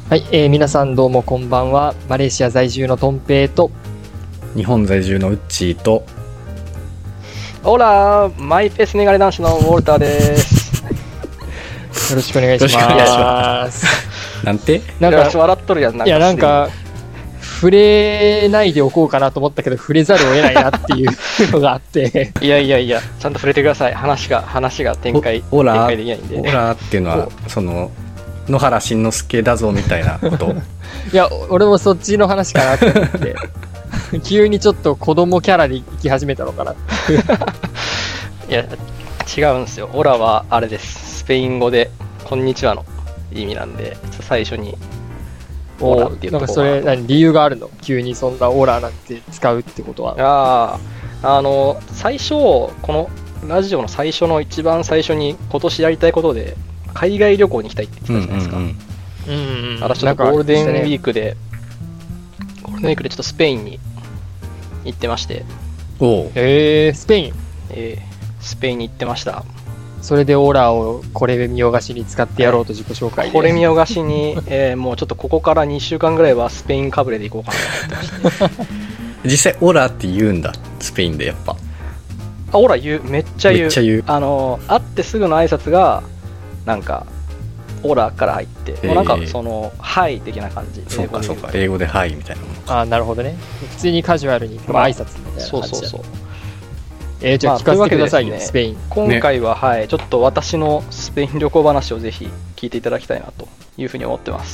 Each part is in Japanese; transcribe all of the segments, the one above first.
はい、皆さんどうもこんばんは。マレーシア在住のトンペイと日本在住のウッチーとオラーマイペースメガネ男子のウォルターですよろしくお願いします。 なんてなんか笑っとるやん。 いやなんか触れないでおこうかなと思ったけど触れざるを得ないなっていうのがあっていやちゃんと触れてください。話が展開できないんで。 オラっていうのはその野原しんのすけだぞみたいなこといや俺もそっちの話かなと思って急にちょっと子供キャラで行き始めたのかな。 いや違うんですよ。オラはあれです。スペイン語でこんにちはの意味なんで、最初にオラっていうところが。なんかそれ理由があるの？急にそんなオラなんて使うってことは。 最初このラジオの最初の一番最初に今年やりたいことで海外旅行に行きたいって言ってたじゃないですか。私ちょっとゴールデンウィークでちょっとスペインに行ってまして。 スペイン。 スペインに行ってました。 それでオーラをこれ見よがしに使ってやろうと自己紹介で。 これ見よがしに、もうちょっとここから2週間ぐらいはスペインかぶれで行こうかなと思ってまして。 実際オラって言うんだ、スペインでやっぱ。 オラ言う、めっちゃ言う。会ってすぐの挨拶がなんかオラから入って、もうなんかそのハイ的な感じ。 そうか英語でハイみたいなもの。 なるほどね。普通にカジュアルに挨拶みたいな感じ。 そう。 じゃあ聞かせてくださいよ、スペイン。 今回は、ちょっと私のスペイン旅行話をぜひ聞いていただきたいなというふうに思ってます。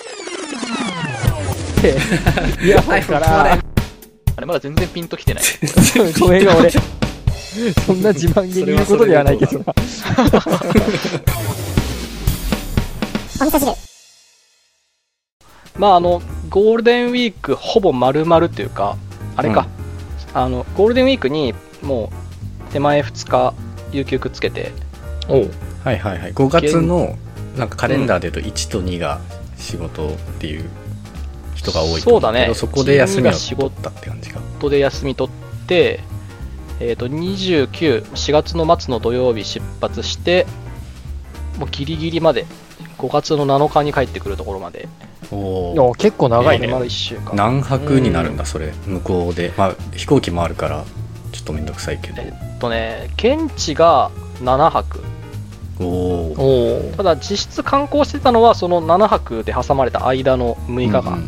いやだからあれまだ全然ピンときてない。 ごめん俺そんな自慢げに言うことではないけどな。 ゴールデンウィークほぼ丸々というかあれか、ゴールデンウィークにもう手前2日有給くっつけて、 はい5月のなんかカレンダーで言うと1と2が仕事っていう人が多いと思うけど、そこで休みを取ったって感じか。 仕事で休み取って、4月の末の土曜日出発して、もうギリギリまで5月の7日に帰ってくるところまで。 結構長いね。 まだ1週間。 何泊になるんだそれ、向こうで。飛行機もあるからちょっとめんどくさいけど。 現地が7泊。ただ実質観光してたのはその7泊で挟まれた間の6日間。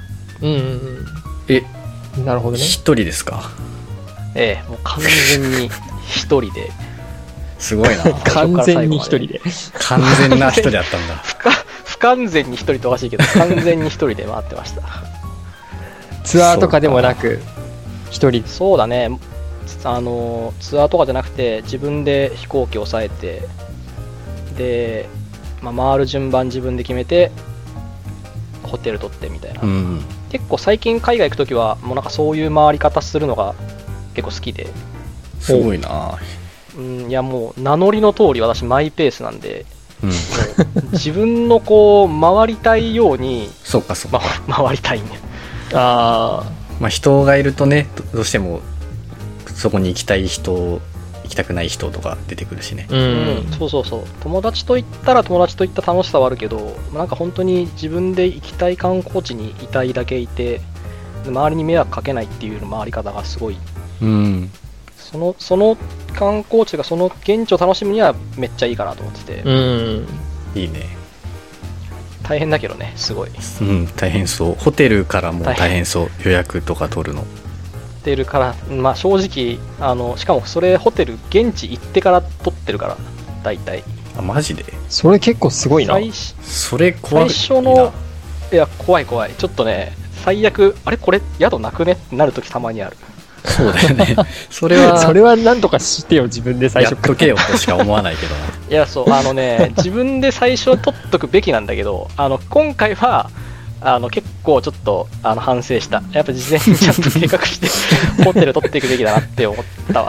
なるほどね。 1人ですか？ もう完全に1人で。 すごいな。 完全に1人で。 完全な1人だったんだ。 不完全に1人とおかしいけど完全に1人で回ってました。 ツアーとかでもなく1人。 そうだね。ツアーとかじゃなくて自分で飛行機を抑えて、で、回る順番自分で決めてホテル取ってみたいな。結構最近海外行くときはもうなんかそういう回り方するのが結構好きで。 すごいな。 いやもう名乗りの通り私マイペースなんで、自分のこう回りたいように回りたいんで。 人がいるとね、どうしてもそこに行きたい人行きたくない人とか出てくるしね。 そう友達と行ったら友達と行った楽しさはあるけど、なんか本当に自分で行きたい観光地にいたいだけいて、周りに迷惑かけないっていう回り方がすごい、その観光地がその現地を楽しむにはめっちゃいいかなと思ってて。 いいね。 大変だけどね、すごい。 大変そう。ホテルからも大変そう。予約とか取るの。ホテルから、正直しかもそれホテル現地行ってから取ってるから大体。 マジで？ それ結構すごいな。 それ怖いな。 最初の怖い。ちょっとね、最悪これ宿なくねってなるときたまにある。 そうだよね。それはなんとかしてよ、自分で最初やっとけよとしか思わないけどな。 いや自分で最初取っとくべきなんだけど、今回は結構ちょっと反省した。やっぱ事前にちゃんと計画してホテル取っていくべきだなって思った。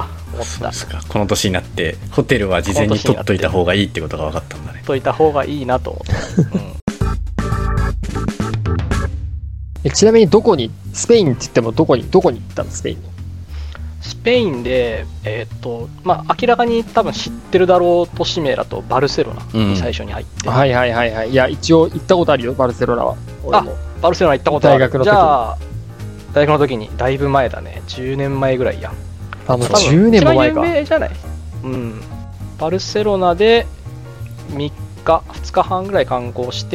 そうですか。この年になってホテルは事前に取っといた方がいいってことが分かったんだね。 取っといた方がいいなと思った。 ちなみにスペインって言ってもどこに行ったの？スペインの。 スペインで、まあ、明らかに多分知ってるだろう都市名だとバルセロナに最初に入って、 はいはいはいはい。いや、一応行ったことあるよ、バルセロナは。 あ、バルセロナ行ったことある。 大学の時。 じゃあ、大学の時に、だいぶ前だね。10年前ぐらいやん。 もう10年も前か。 一番有名じゃない？うん。バルセロナで2日半ぐらい観光して、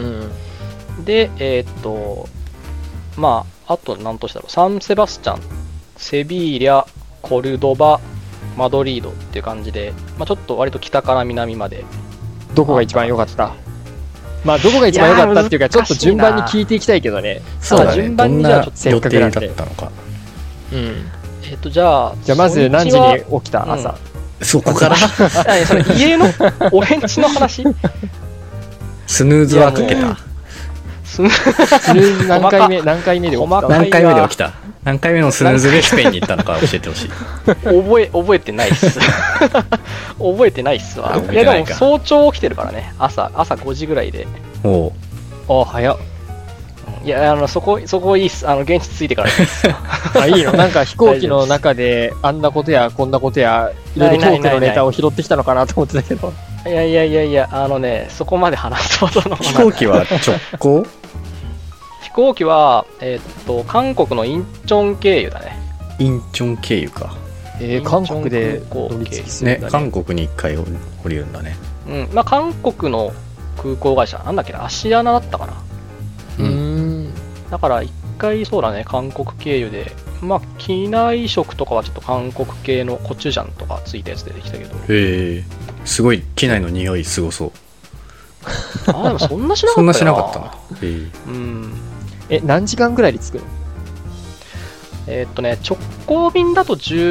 で、まあ、あと何都市だろう。サンセバスチャン、セビーリャ、コルドバ、マドリードっていう感じで、まあ、ちょっと割と北から南まで。 どこが一番良かった？まあ、どこが一番良かったっていうか、ちょっと順番に聞いていきたいけどね。 そうだね。 順番にじゃあちょっとせっかくなんで。予定だったのか。 じゃあまず何時に起きた？朝。 そこからそれ家の俺んちの話？ スヌーズはかけた。 スヌーズ何回目で起きた？ 何回目で起きた？何回目のスヌーズでスペインに行ったのか教えてほしい。 覚えてないっす。覚えてないっすわ。いやでも早朝起きてるからね。朝5時ぐらいで。 おお。早っ。 いや、そこいいっす。現地着いてからいいっす。 あ、いいの？なんか飛行機の中であんなことやこんなことやいろいろトークのネタを拾ってきたのかなと思ってたけど。 いや、そこまで話すほどの。 飛行機は直行？ 飛行機は、韓国のインチョン経由だね。 インチョン経由か。 韓国で乗り継ぎするんだね。 韓国に1回降りるんだね。 まあ韓国の空港会社、なんだっけな、アシアナだったかな。だから1回そうだね、韓国経由で、まあ機内食とかはちょっと韓国系のコチュジャンとかついたやつでできたけど。 へえ、すごい機内の匂いすごそう。 でもそんなしなかったよな。 そんなしなかったな。 何時間ぐらいで着くの？ 直行便だと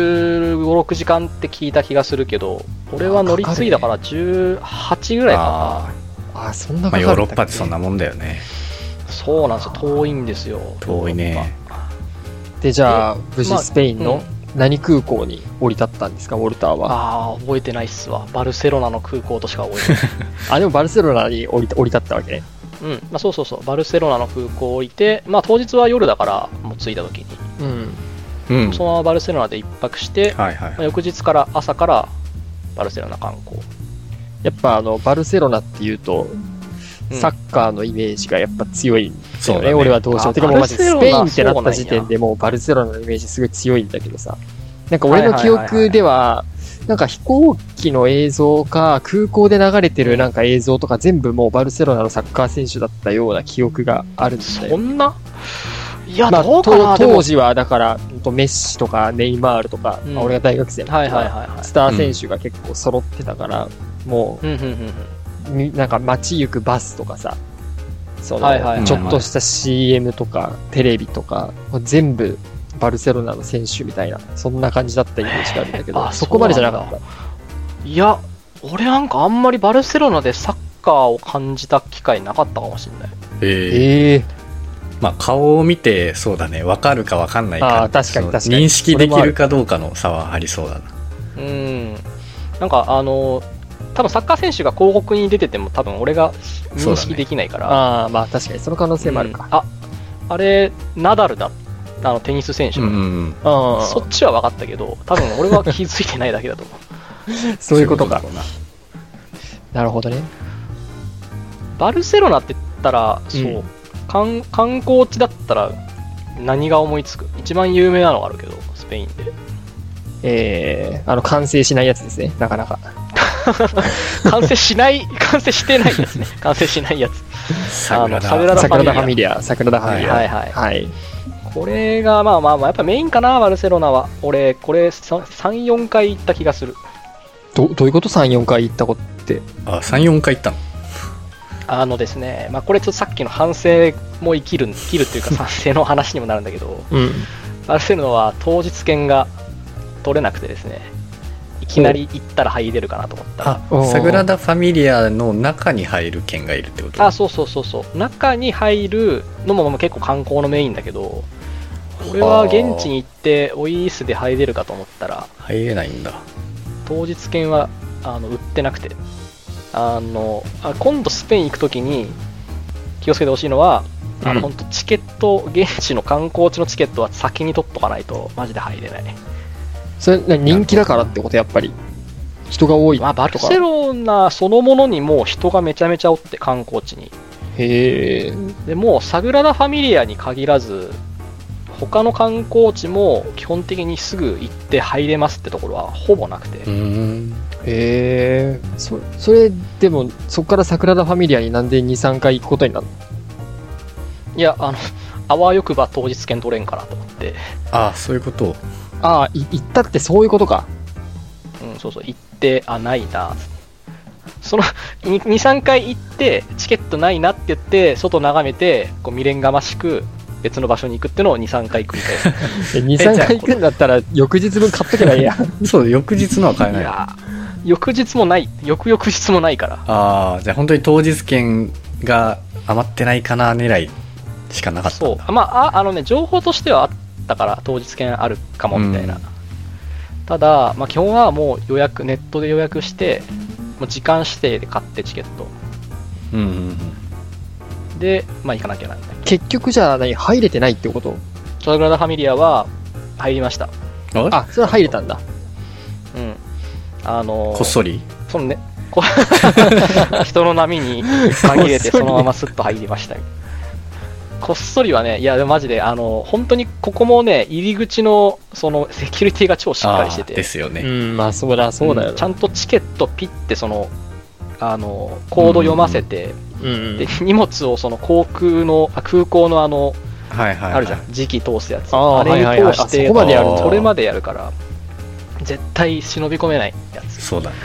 15、6時間って聞いた気がするけど、俺は乗り継いだから18ぐらいかな。そんなかかるんだっけ？ ヨーロッパってそんなもんだよね。 そうなんですよ、遠いんですよ。 遠いね。 で、じゃあ、無事スペインの何空港に降り立ったんですか、ウォルターは。 覚えてないっすわ。バルセロナの空港としか覚えてない。 でもバルセロナに降り立ったわけね。 まあ、そう、バルセロナの空港を降りて、まあ当日は夜だから、もう着いた時に。そのままバルセロナで一泊して、翌日から朝からバルセロナ観光。 やっぱバルセロナっていうと、サッカーのイメージがやっぱ強いんだよね、俺はどうしよう。てかもうマジでスペインってなった時点でもうバルセロナのイメージすごい強いんだけどさ。なんか俺の記憶では、なんか飛行機の映像か空港で流れてるなんか映像とか全部もうバルセロナのサッカー選手だったような記憶があるんだよ。 そんな？いや、どうかな。 当時はだからメッシとかネイマールとか、俺が大学生の時はスター選手が結構揃ってたから、もうなんか街行くバスとかさ、ちょっとした CM とかテレビとか全部バルセロナの選手みたいな、そんな感じだったイメージがあるんだけど、そこまでじゃなかった。 いや、俺なんかあんまりバルセロナでサッカーを感じた機会なかったかもしれない。 まあ顔を見てそうだね、分かるか分かんないか、 確かに認識できるかどうかの差はありそうだな。 なんか多分サッカー選手が広告に出てても多分俺が認識できないから。 まあ確かにその可能性もあるか。 あれナダルだ、テニス選手の、そっちは分かったけど、多分俺は気づいてないだけだと思う。 そういうことか。なるほどね。 バルセロナって言ったら、観光地だったら何が思いつく？一番有名なのがあるけど、スペインで。 完成しないやつですね、なかなか。 完成してないやつね。完成しないやつ。 サグラダ・ファミリア。はい。 これがまあやっぱメインかな、バルセロナは。俺これ 3,4 回行った気がする。 どういうこと？ 3,4 回行ったことって。 3,4 回行ったの？ ですね、まあこれちょっとさっきの反省も生きるっていうか賛成の話にもなるんだけど、バルセロナは当日券が取れなくてですね、いきなり行ったら入れるかなと思ったら、 サグラダ・ファミリアの中に入る券がいるってこと？ そう中に入るのも結構観光のメインだけど、俺は現地に行ってオイースで入れるかと思ったら入れないんだ。 当日券は売ってなくて、今度スペイン行くときに気をつけてほしいのは、本当チケット、現地の観光地のチケットは先に取っとかないとマジで入れない。 それ人気だからってこと？やっぱり人が多いとか。 バルセロナそのものにもう人がめちゃめちゃおって、観光地に。 へえ。 でもうサグラダ・ファミリアに限らず他の観光地も基本的にすぐ行って入れますってところはほぼなくて。 へえ。それでもそこからサグラダ・ファミリアになんで 2,3 回行くことになるの？ いや、あわよくば当日券取れんかなと思って。 ああ、そういうこと。 ああ、行ったってそういうことか。 うん、そうそう、行って、ないな。その2、3回行って、チケットないなって言って、外眺めて、こう未練がましく、別の場所に行くってのを2、3回繰り返す。 2、3回行くんだったら、翌日分買っとけばいいや。 そう、翌日のは買えない。 いや、翌日もない、翌々日もないから。 ああ、じゃあ本当に当日券が余ってないかな狙いしかなかったんだ。 そう。まあ、情報としてはあったから、当日券あるかもみたいな。ただ、基本はもうネットで予約して、もう時間指定で買ってチケット。で、行かなきゃなんない。 結局じゃあ入れてないってこと？ サグラダ・ファミリアは入りました。 あ、それは入れたんだ。 うん。 こっそり？ そのね、人の波に紛れてそのまますっと入りました。こっそりはね、いや、マジで、本当にここもね、入り口の、その、セキュリティが超しっかりしてて。 ですよね。 そうだよ、 ちゃんとチケットピッて、コード読ませて、で、荷物をその空港のあるじゃん、磁気通すやつ。あれに通して、それまでやるから、絶対忍び込めないやつ。 そうだね。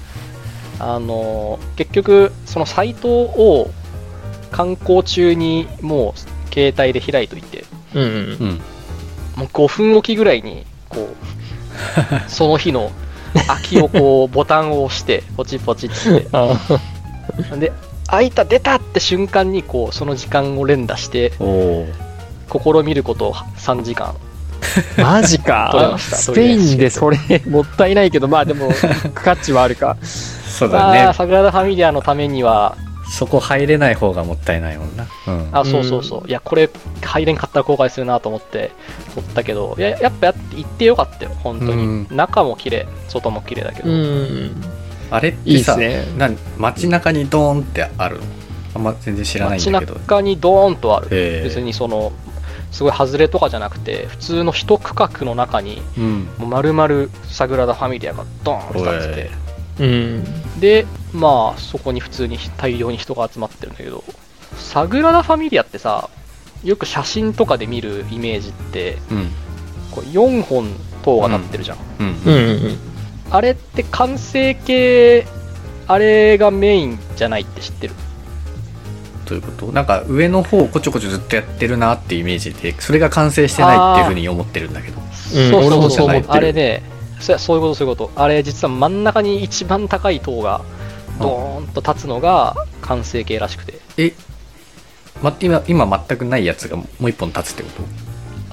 結局、そのサイトを、観光中にもう携帯で開いといて、もう5分おきぐらいにこうその日の空きをこうボタンを押してポチポチってで開いた出たって瞬間にこうその時間を連打して試みることを3時間マジか。スペインでそれもったいないけど、でも価値はあるか。 そうだね。 サグラダ・ファミリアのためにはそこ入れない方がもったいないもんな。 そう。いや、これ入れんかったら後悔するなと思って取ったけど、やっぱ行ってよかったよ、本当に。中も綺麗、外も綺麗だけど。 あれってさ、街中にドーンってあるの？あんま全然知らないんだけど。 街中にドーンとある。別にすごい外れとかじゃなくて、普通の一区画の中に、もう丸々サグラダ・ファミリアがドーンと立ってて。で、そこに普通に大量に人が集まってるんだけど、サグラダ・ファミリアってさ、よく写真とかで見るイメージって、こう4本塔が立ってるじゃん。あれって完成形、あれがメインじゃないって知ってる？ どういうこと？なんか上の方こちょこちょずっとやってるなっていうイメージで、それが完成してないっていうふうに思ってるんだけど。 そう、あれね、そういうこと。あれ実は真ん中に一番高い塔がドーンと立つのが完成形らしくて。 今全くないやつがもう一本立つってこと？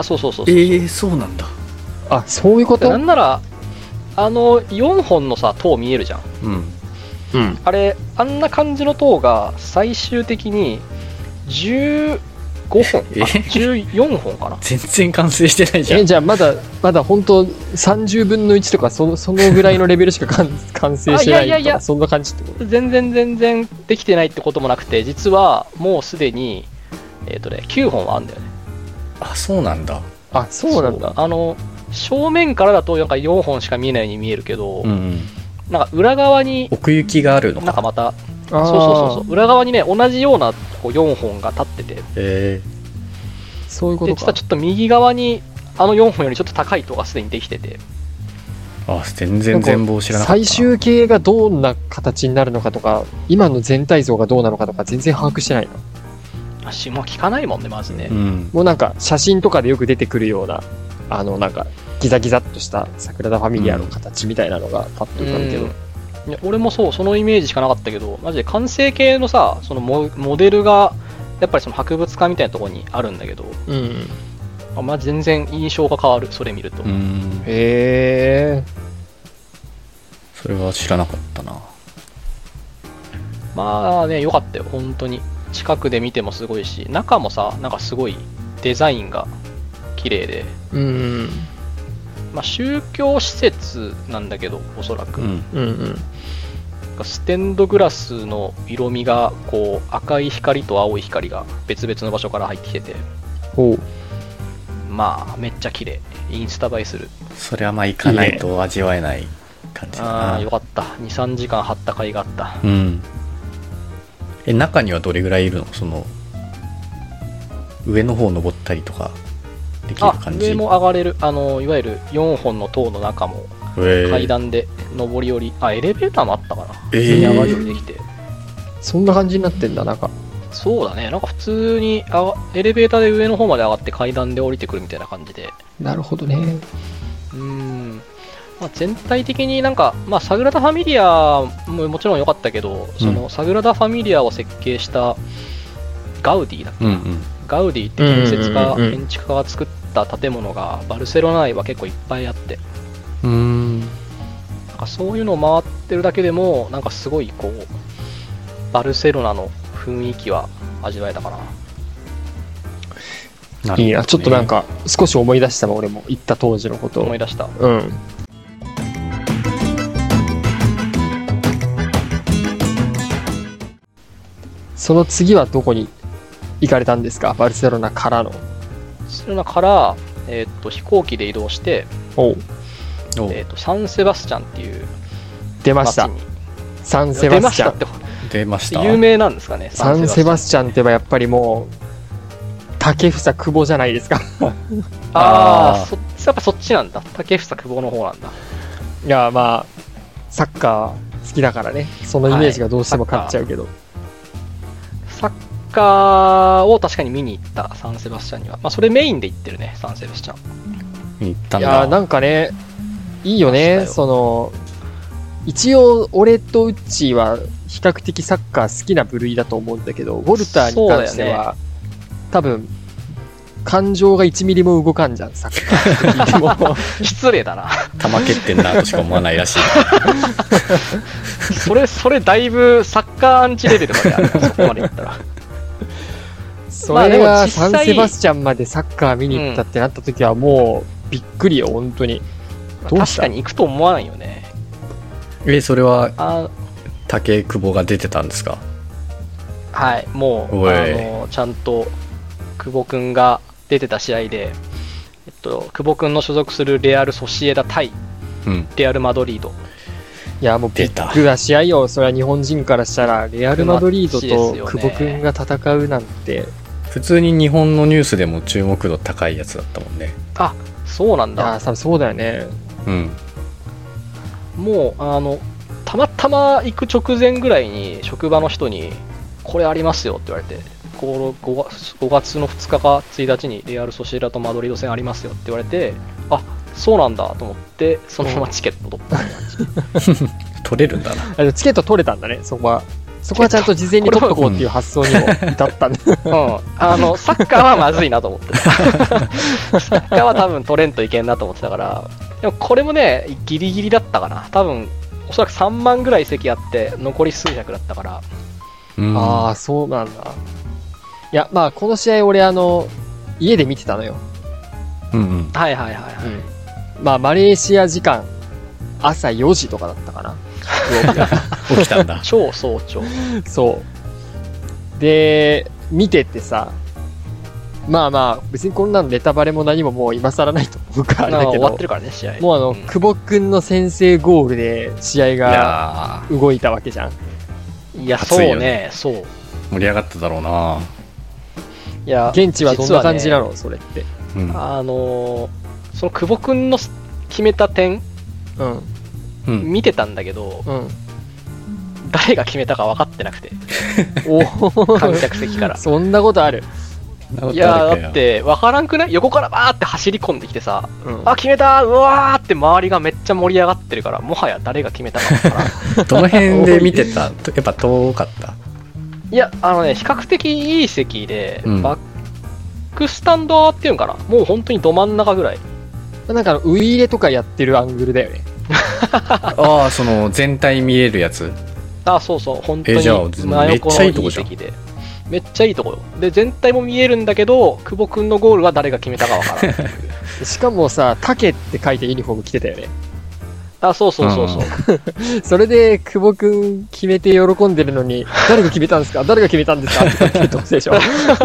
そう。 そうなんだ。 あ、そういうこと？ なんなら4本のさ塔見えるじゃん。あれあんな感じの塔が最終的に15本14本かな。 全然完成してないじゃん。 じゃあまだ本当30分の1とかそのぐらいのレベルしか完成してないとかそんな感じってこと？ 全然できてないってこともなくて、実はもうすでに9本はあるんだよね。 あ、そうなんだ。 あ、そうなんだ。 正面からだとなんか4本しか見えないように見えるけど、なんか裏側に奥行きがあるのか。 なんかまたそう裏側にね同じようなこう4本が立ってて、 そういうことか。 で実はちょっと右側に4本よりちょっと高い塔がすでにできてて、 全然全貌知らなかった。 最終形がどんな形になるのかとか、今の全体像がどうなのかとか全然把握してないの。 足も聞かないもんね、まずね。 もうなんか写真とかでよく出てくるようななんかギザギザっとしたサグラダ・ファミリアの形みたいなのがパッと浮かぶけど、 いや俺もそのイメージしかなかったけど、マジで完成形のさ、そのモデルがやっぱりその博物館みたいなところにあるんだけど、全然印象が変わる、それ見ると。 へえ。 それは知らなかったな。 よかったよ、本当に。近くで見てもすごいし、中もさ、なんかすごいデザインが綺麗で、 まあ、宗教施設なんだけど、おそらく。 うんうん。 ステンドグラスの色味がこう赤い光と青い光が別々の場所から入ってきてて、まあめっちゃ綺麗、インスタ映えする。 それはまあ行かないと味わえない感じだな。 ああよかった、 2,3 時間張った甲斐があった。 うん。中にはどれぐらいいるの？その上の方登ったりとかできる感じ？ 上も上がれる。いわゆる4本の塔の中も階段で上り下り、エレベーターもあったかな。上がり下りできて。 そんな感じになってんだ、なんか。 そうだね、なんか普通にエレベーターで上の方まで上がって階段で降りてくるみたいな感じで。 なるほどね。 まあ、全体的になんか、まあ、サグラダ・ファミリアももちろん良かったけど、そのサグラダ・ファミリアを設計したガウディだっけ、ガウディって建築家が作った建物がバルセロナ内は結構いっぱいあって、なんかそういうのを回ってるだけでもなんかすごいこうバルセロナの雰囲気は味わえたかな。 いいな、ちょっとなんか少し思い出したもん、俺も行った当時のことを思い出した。 その次はどこに行かれたんですか？バルセロナからの。 バルセロナから、飛行機で移動して、サンセバスチャンっていう出ました。サンセバスチャン出ました。 有名なんですかね。 サンセバスチャンってばやっぱりもう竹房久保じゃないですか。 やっぱそっちなんだ。竹房久保の方なんだ。 いやまあサッカー好きだからね、そのイメージがどうしても勝っちゃうけど、 サッカーを確かに見に行った、サンセバスチャンには。まあそれメインで行ってるね、サンセバスチャン。 見に行ったんだ。 いやなんかね、いいよね。その一応俺とウッチーは比較的サッカー好きな部類だと思うんだけど、ウォルターに関しては、多分感情が1ミリも動かんじゃん、サッカーも失礼だな。 玉蹴ってんなとしか思わないらしい。 それだいぶサッカーアンチレベルまであるな、そこまでいったら。 それがサンセバスチャンまでサッカー見に行ったってなった時はもうびっくりよ、本当に。 確かに行くと思わないよね。 それは竹久保が出てたんですか？ はい、もうちゃんと久保くんが出てた試合で、久保くんの所属するレアル・ソシエダ対レアル・マドリード。 いやもうビッグな試合よ。それは日本人からしたらレアル・マドリードと久保くんが戦うなんて、 普通に日本のニュースでも注目度高いやつだったもんね。 あ、そうなんだ。 いや多分そうだよね。 もうたまたま行く直前ぐらいに職場の人にこれありますよって言われて、5月の2日か1日にレアル・ソシエダとマドリード戦ありますよって言われて、あ、そうなんだと思ってそのままチケット取った感じ。 取れるんだな。 チケット取れたんだね。そこはちゃんと事前に取っとこうっていう発想にも至ったんだ。 サッカーはまずいなと思ってた。サッカーは多分取れんといけんなと思ってたから。でもこれもねギリギリだったかな。多分おそらく3万ぐらい席あって残り数百だったから。 ああそうなんだ。いやまあこの試合俺家で見てたのよ。 はいはいはいはい。 まあマレーシア時間朝4時とかだったかな。 起きたんだ。 超早朝。 そうで見ててさ、まあ別にこんなのネタバレも何ももう今更ないと思うからあれだけど、 終わってるからね試合。 もう久保くんの先制ゴールで試合が動いたわけじゃん。 いやそうね、そう盛り上がっただろうな。 いや現地はどんな感じなの、それって。 その久保くんの決めた点、見てたんだけど、誰が決めたか分かってなくて。観客席から。 そんなことある？ いやだって分からんくない？横からバーって走り込んできてさ、あ決めた、うわーって周りがめっちゃ盛り上がってるから、もはや誰が決めたか分からん。 どの辺で見てた？やっぱ遠かった？ いや比較的いい席で、バックスタンドっていうんかな、もう本当にど真ん中ぐらい。 なんかウイイレとかやってるアングルだよね。 ああ、その全体見えるやつ。 あ、そうそう、本当にめっちゃいいとこじゃん。 めっちゃいいとこよ。で全体も見えるんだけど、久保くんのゴールは誰が決めたかわからない。 しかもさ、タケって書いてユニフォーム着てたよね。 あ、そう。 それで、久保くん決めて喜んでるのに、誰が決めたんですかって言ってるとこでしょ。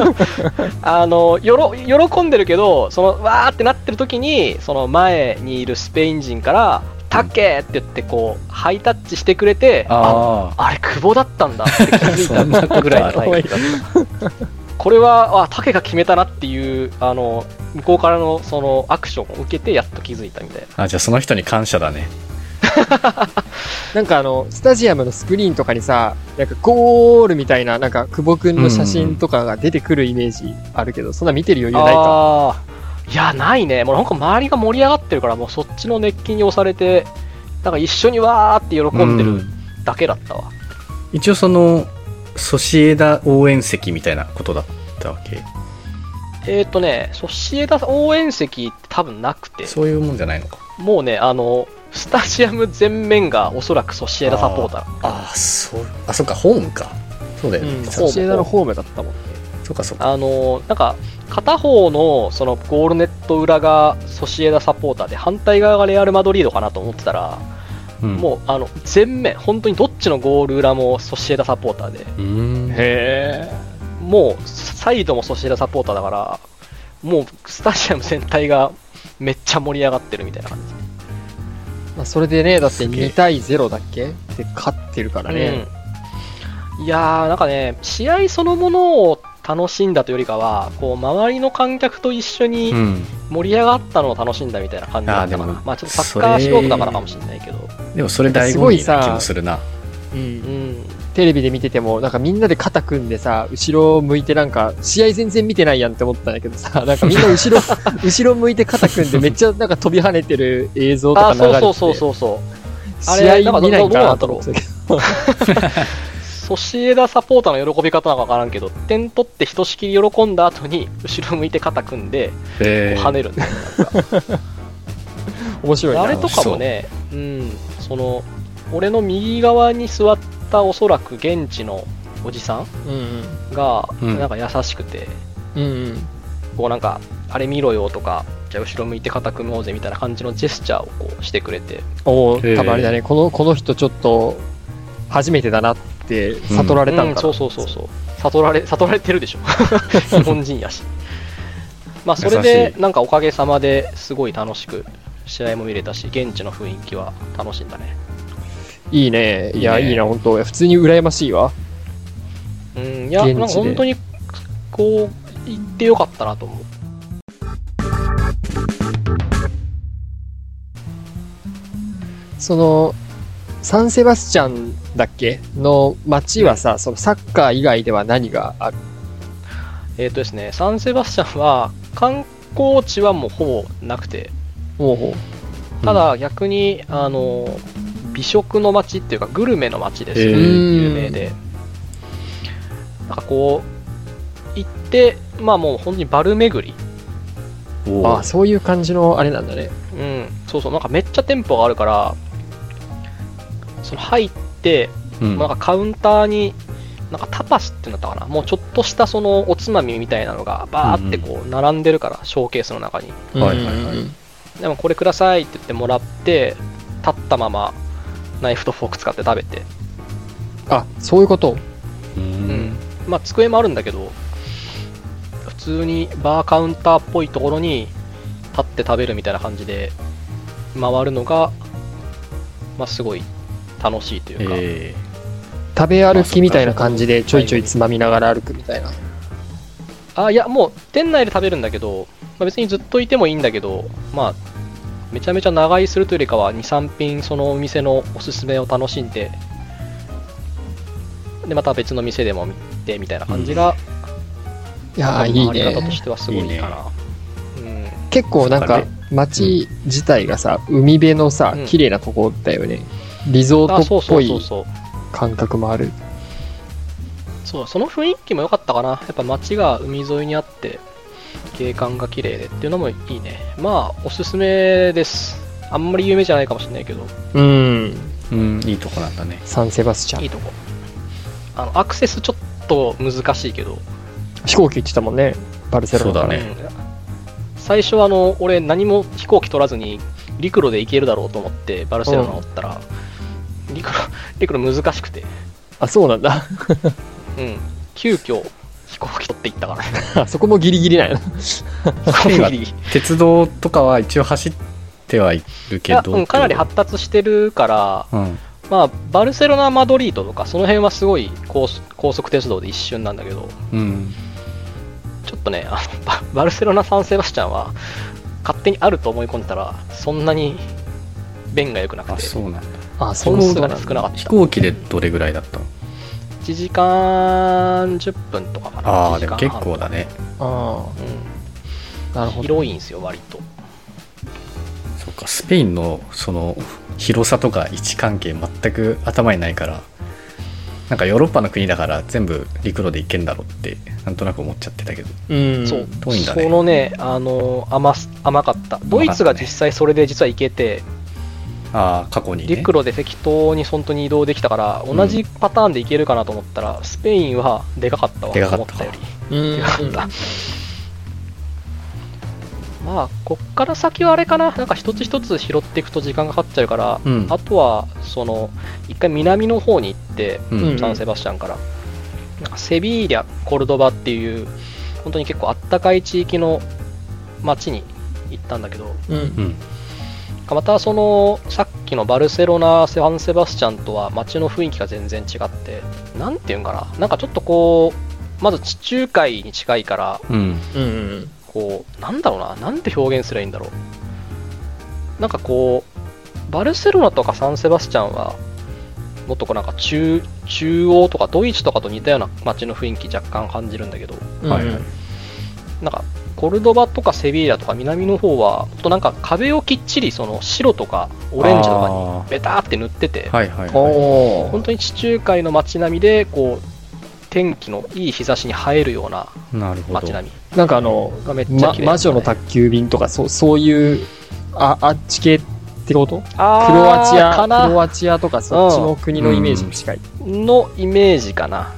喜んでるけど、わーってなってる時に、その前にいるスペイン人から、タッケーって言って、こう、ハイタッチしてくれて、あれ、久保だったんだって気づいたぐらいのタイミングだった。これは、タケが決めたなっていう、向こうからのそのアクションを受けて、やっと気づいたみたいな。 じゃあその人に感謝だね。 なんかスタジアムのスクリーンとかにさ、なんかゴールみたいな、なんか久保くんの写真とかが出てくるイメージあるけど、そんな見てる余裕ないか。 いや、ないね。もうなんか周りが盛り上がってるから、もうそっちの熱気に押されて、なんか一緒にわーって喜んでるだけだったわ。 一応その、ソシエダ応援席みたいなことだったわけ？ ソシエダ応援席って多分なくて。 そういうもんじゃないのか。 もうね、スタジアム全面がおそらくソシエダサポーター。 そっか、ホームか。そうだよね。 ソシエダのホームだったもんね。 そうか。 なんか、片方のそのゴールネット裏がソシエダサポーターで、反対側がレアル・マドリードかなと思ってたら、もう全面、本当にどっちのゴール裏もソシエダサポーターで、もうサイドもソシエダサポーターだから、もうスタジアム全体がめっちゃ盛り上がってるみたいな感じ。 それでね、だって2対0だっけで勝ってるからね。 いやー、なんかね、試合そのものを楽しんだというよりかは、こう周りの観客と一緒に盛り上がったのを楽しんだみたいな感じだったかな。ちょっとサッカー素人だからかもしれないけど。 でもそれ醍醐味な気もするな。 テレビで見てても、なんかみんなで肩組んでさ、後ろ向いてなんか、試合全然見てないやんって思ったんだけどさ、なんかみんな後ろ向いて肩組んでめっちゃなんか飛び跳ねてる映像とか流れてて。 そう。 試合見ないかなと思ってたけど。 ソシエダサポーターの喜び方なのか分からんけど、点取ってひとしきり喜んだ後に後ろ向いて肩組んで、跳ねるんだよ。 面白いな。 あれとかもね、俺の右側に座ったおそらく現地のおじさんがなんか優しくて、こうなんかあれ見ろよとか、じゃあ後ろ向いて肩組もうぜみたいな感じのジェスチャーをこうしてくれて、 多分あれだね、この人ちょっと初めてだなって悟られたんだ、 そう悟られてるでしょ日本人やし。それでなんかおかげさまですごい楽しく試合も見れたし、現地の雰囲気は楽しんだね。 いいね。いや、いいな、本当。普通に羨ましいわ。 いや、なんか本当にこう行ってよかったなと思う。 そのサンセバスチャンだっけの街はさ、そのサッカー以外では何がある？ ですね、サンセバスチャンは観光地はもうほぼなくて、ただ逆に美食の街っていうかグルメの街ですごい有名で、なんかこう行ってもう本当にバル巡り。 そういう感じのあれなんだね。 そうなんかめっちゃ店舗があるから、その入って、なんかカウンターになんかタパスってなったかな、もうちょっとしたそのおつまみみたいなのがバーってこう並んでるから、ショーケースの中に。でもこれくださいって言ってもらって、立ったままナイフとフォーク使って食べて。 そういうこと。 机もあるんだけど、普通にバーカウンターっぽいところに立って食べるみたいな感じで回るのが、すごい楽しいというか、 食べ歩きみたいな感じでちょいちょいつまみながら歩くみたいな。 いや、もう店内で食べるんだけど、別にずっといてもいいんだけど、めちゃめちゃ長居するというよりかは 2,3 品そのお店のおすすめを楽しんで、でまた別の店でも見てみたいな感じが、 いや、いいね。 回り方としてはすごいいいかな。 結構なんか街自体がさ、海辺のさ、綺麗なとこだよね。リゾートっぽい感覚もある。 その雰囲気も良かったかな。やっぱ街が海沿いにあって景観が綺麗でっていうのもいいね。おすすめです。あんまり有名じゃないかもしれないけど、 いいとこなんだね、 サンセバスチャン。 いいとこ。アクセスちょっと難しいけど、 飛行機行ってたもんね、バルセロナから。 最初は俺何も飛行機取らずに陸路で行けるだろうと思ってバルセロナ乗ったら、陸路難しくて。 あ、そうなんだ。 うん。急遽飛行機取って行ったからね。 そこもギリギリなんやな。 鉄道とかは一応走ってはいるけど。 いや、かなり発達してるから、 うん、 まあ、バルセロナ、マドリードとか、その辺はすごい高速鉄道で一瞬なんだけど、 うん、 ちょっとね、バルセロナ・サンセバスチャンは、勝手にあると思い込んでたら、そんなに便が良くなくて、 あ、そうなんだ。 本数が少なかった。 飛行機でどれぐらいだったの ？1時間10分とかかな。 ああ、でも結構だね。 ああ、うん。なるほど。広いんですよ、割と。 そうか、スペインのその広さとか位置関係全く頭にないから、なんかヨーロッパの国だから全部陸路で行けんだろうってなんとなく思っちゃってたけど、 そう、 遠いんだね。 そのね、甘かった。ドイツが実際それで実は行けて、 過去に、ね、陸路で適当に本当に移動できたから、同じパターンで行けるかなと思ったら、スペインはでかかったわ。 でかかった。 思ったより。でかかった。まあ、こっから先はあれかな、なんか一つ一つ拾っていくと時間がかかっちゃうから、あとは、一回南の方に行って、サンセバスチャンから、なんかセビーリャ、コルドバっていう、本当に結構あったかい地域の町に行ったんだけど、またさっきのバルセロナ、サンセバスチャンとは街の雰囲気が全然違って、なんていうんかな、なんかちょっとまず地中海に近いから、なんだろうな、なんて表現すればいいんだろう。なんかバルセロナとかサンセバスチャンは、もっとなんか中央とかドイツとかと似たような街の雰囲気若干感じるんだけど、なんかコルドバとかセビーラとか南の方は、となんか壁をきっちり白とかオレンジとかにベターって塗ってて、本当に地中海の街並みで天気のいい日差しに映えるような街並み。 なんかめっちゃ綺麗、魔女の宅急便とかそういうあっち系ってこと？クロアチアとかそっちの国のイメージに近いのイメージかな。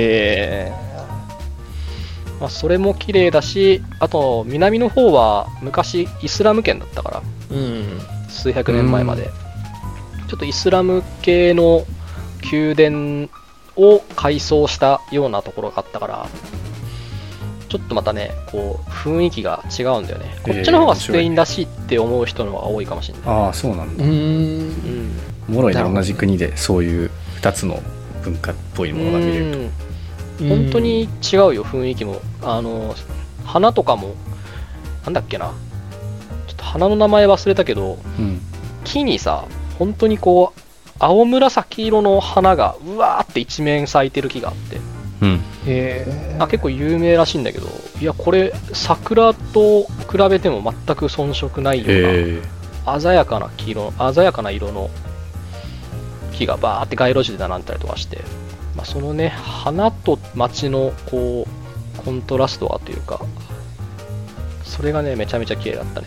まあ、それも綺麗だし、あと南の方は昔イスラム圏だったから、数百年前まで、ちょっとイスラム系の宮殿を改装したようなところがあったから、ちょっとまたね、雰囲気が違うんだよね。こっちの方がスペインらしいって思う人の方が多いかもしれない。 ああ、そうなんだ。おもろいな、同じ国でそういう2つの文化っぽいものが見れると。 本当に違うよ、雰囲気も。花とかも、なんだっけな、ちょっと花の名前忘れたけど、木にさ、本当に青紫色の花がうわーって一面咲いてる木があって、結構有名らしいんだけど、いや、これ桜と比べても全く遜色ないような鮮やかな色の木がバーって街路樹で並んだりとかして、まあ、そのね、花と街のコントラストがというか、それがね、めちゃめちゃ綺麗だったね。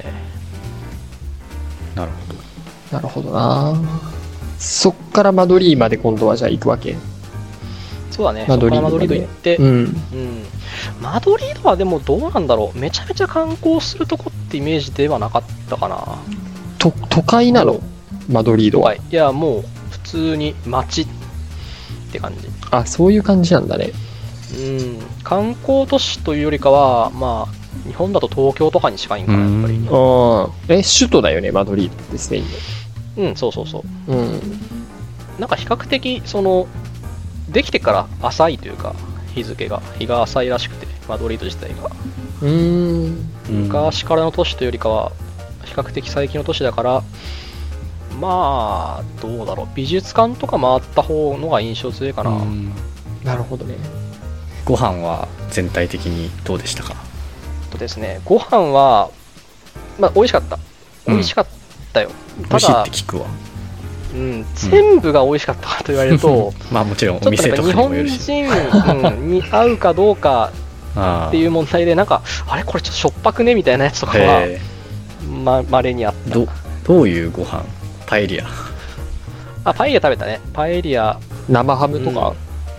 なるほど。 なるほどな。そっからマドリーまで今度はじゃあ行くわけ？ そうだね、そっからマドリード行って、マドリードはでもどうなんだろう、めちゃめちゃ観光するとこってイメージではなかったかな。 都会なの？マドリードは。 いや、もう普通に街って感じ。 あ、そういう感じなんだね。 観光都市というよりかは、まあ、日本だと東京とかに近いんかな、やっぱり。 首都だよね、マドリードってスペインの。そうそうそう。なんか比較的、できてから浅いというか、日が浅いらしくて、マドリード自体が。昔からの都市というよりかは、比較的最近の都市だから、まあ、どうだろう、美術館とか回った方のが印象強いかな。 なるほどね。 ご飯は全体的にどうでしたか？ ですね、ご飯は、まあ、美味しかった。美味しかったよ。 美味しいって聞くわ。 全部が美味しかったかと言われると、 まあもちろんお店とかにもよるし、 日本人に合うかどうかっていう問題で、なんか、あれこれちょっとしょっぱくねみたいなやつとかは、稀にあった。 どういうご飯？パエリア。 パエリア食べたね。パエリア。 生ハムとか？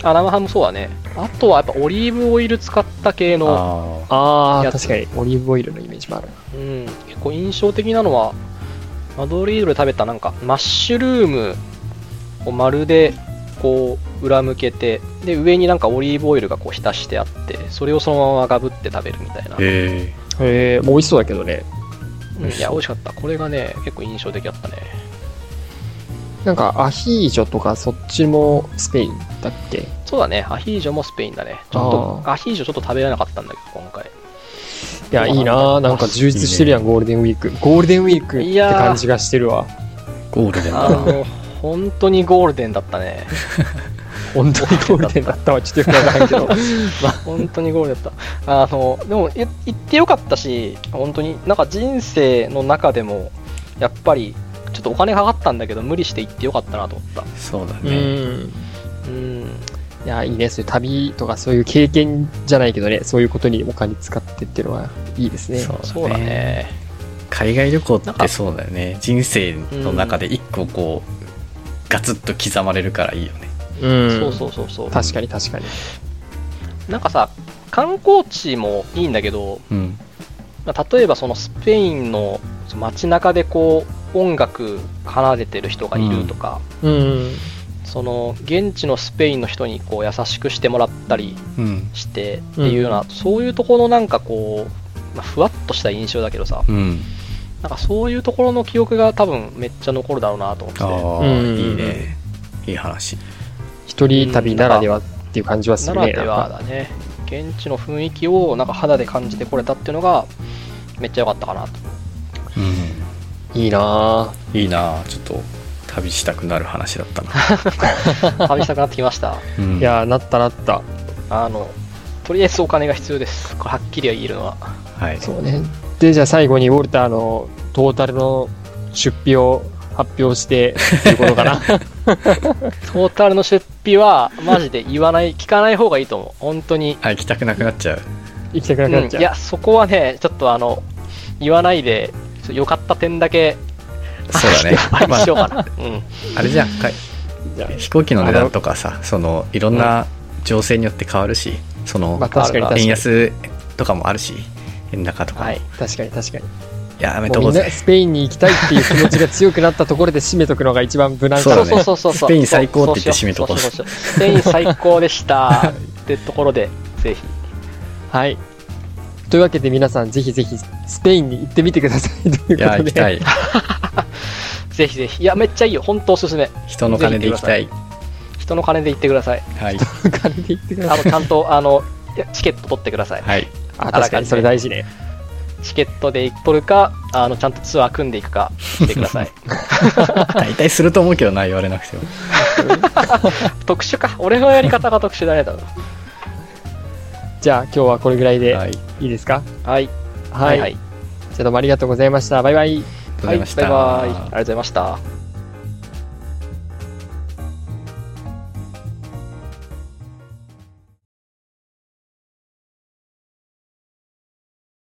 生ハムそうだね。あとはやっぱオリーブオイル使った系の、やつああ、確かにオリーブオイルのイメージもある。 結構印象的なのは、マドリードで食べたなんかマッシュルームを丸でこう裏向けて、で上になんかオリーブオイルがこう浸してあって、それをそのままガブって食べるみたいな。 へへえ、もう美味しそうだけどね。 いや美味しかった。これがね結構印象的だったね。 なんかアヒージョとかそっちもスペインだっけ？ そうだね、アヒージョもスペインだね。ちょっとアヒージョちょっと食べられなかったんだけど今回。 いや、いいなぁ。なんか充実してるやん、ゴールデンウィーク。ゴールデンウィークって感じがしてるわ。 ゴールデンだな。 本当にゴールデンだったね。 本当にゴールデンだったわ。ちょっとよくわからんけど。 本当にゴールデンだった。でも行ってよかったし、本当になんか人生の中でもやっぱりちょっとお金かかったんだけど無理して行ってよかったなと思った。 そうだね。 いや、いいね。そういう旅とかそういう経験じゃないけどね、そういうことにお金使ってっていうのはいいですね。 そうだね。 海外旅行ってそうだよね。人生の中で一個こうガツッと刻まれるからいいよね。 そう。 確かに確かに。 なんかさ、観光地もいいんだけど、例えばそのスペインの街中でこう音楽奏でてる人がいるとか、その現地のスペインの人にこう優しくしてもらったりしてっていうような、そういうところのなんかこう、ふわっとした印象だけどさ、なんかそういうところの記憶が多分めっちゃ残るだろうなと思ってて。 いいね。いい話。 一人旅ならではっていう感じはするね。 ならではだね。現地の雰囲気をなんか肌で感じてこれたっていうのがめっちゃ良かったかなと。 いいなぁ。いいなぁ。ちょっと旅したくなる話だったな。 旅したくなってきました。 いや、なった。 とりあえずお金が必要です。これはっきりは言えるのは。 はい。 そうね。で、じゃあ最後にウォルターのトータルの出費を発表してということかな。 トータルの出費はマジで聞かない方がいいと思う。本当に。 行きたくなくなっちゃう。 行きたくなくなっちゃう。 いや、そこはね、ちょっと言わないで、良かった点だけ、 そうだね。 あれしようかな。 あれじゃん、飛行機の値段とかさ、いろんな情勢によって変わるし、円安とかもあるし、円高とか。 確かに。 やめとこうぜ。 みんなスペインに行きたいっていう気持ちが強くなったところで締めとくのが一番無難からね。そう。スペイン最高って言って締めとこう。 スペイン最高でしたってところで、ぜひ。 はい。というわけで皆さんぜひぜひスペインに行ってみてくださいということで。 いや、行きたい。 ぜひぜひ。いや、めっちゃいいよ。本当おすすめ。 人の金で行きたい。 人の金で行ってください。 はい。 人の金で行ってください。 ちゃんとチケット取ってください。 はい。 確かにそれ大事ね。 チケットで取るか、ちゃんとツアー組んでいくかしてください。 大体すると思うけどな、言われなくても。 特殊か。俺のやり方が特殊だね、多分。 じゃあ今日はこれぐらいでいいですか？はい。じゃあどうもありがとうございました。バイバイ。 はい、バイバイ。ありがとうございました。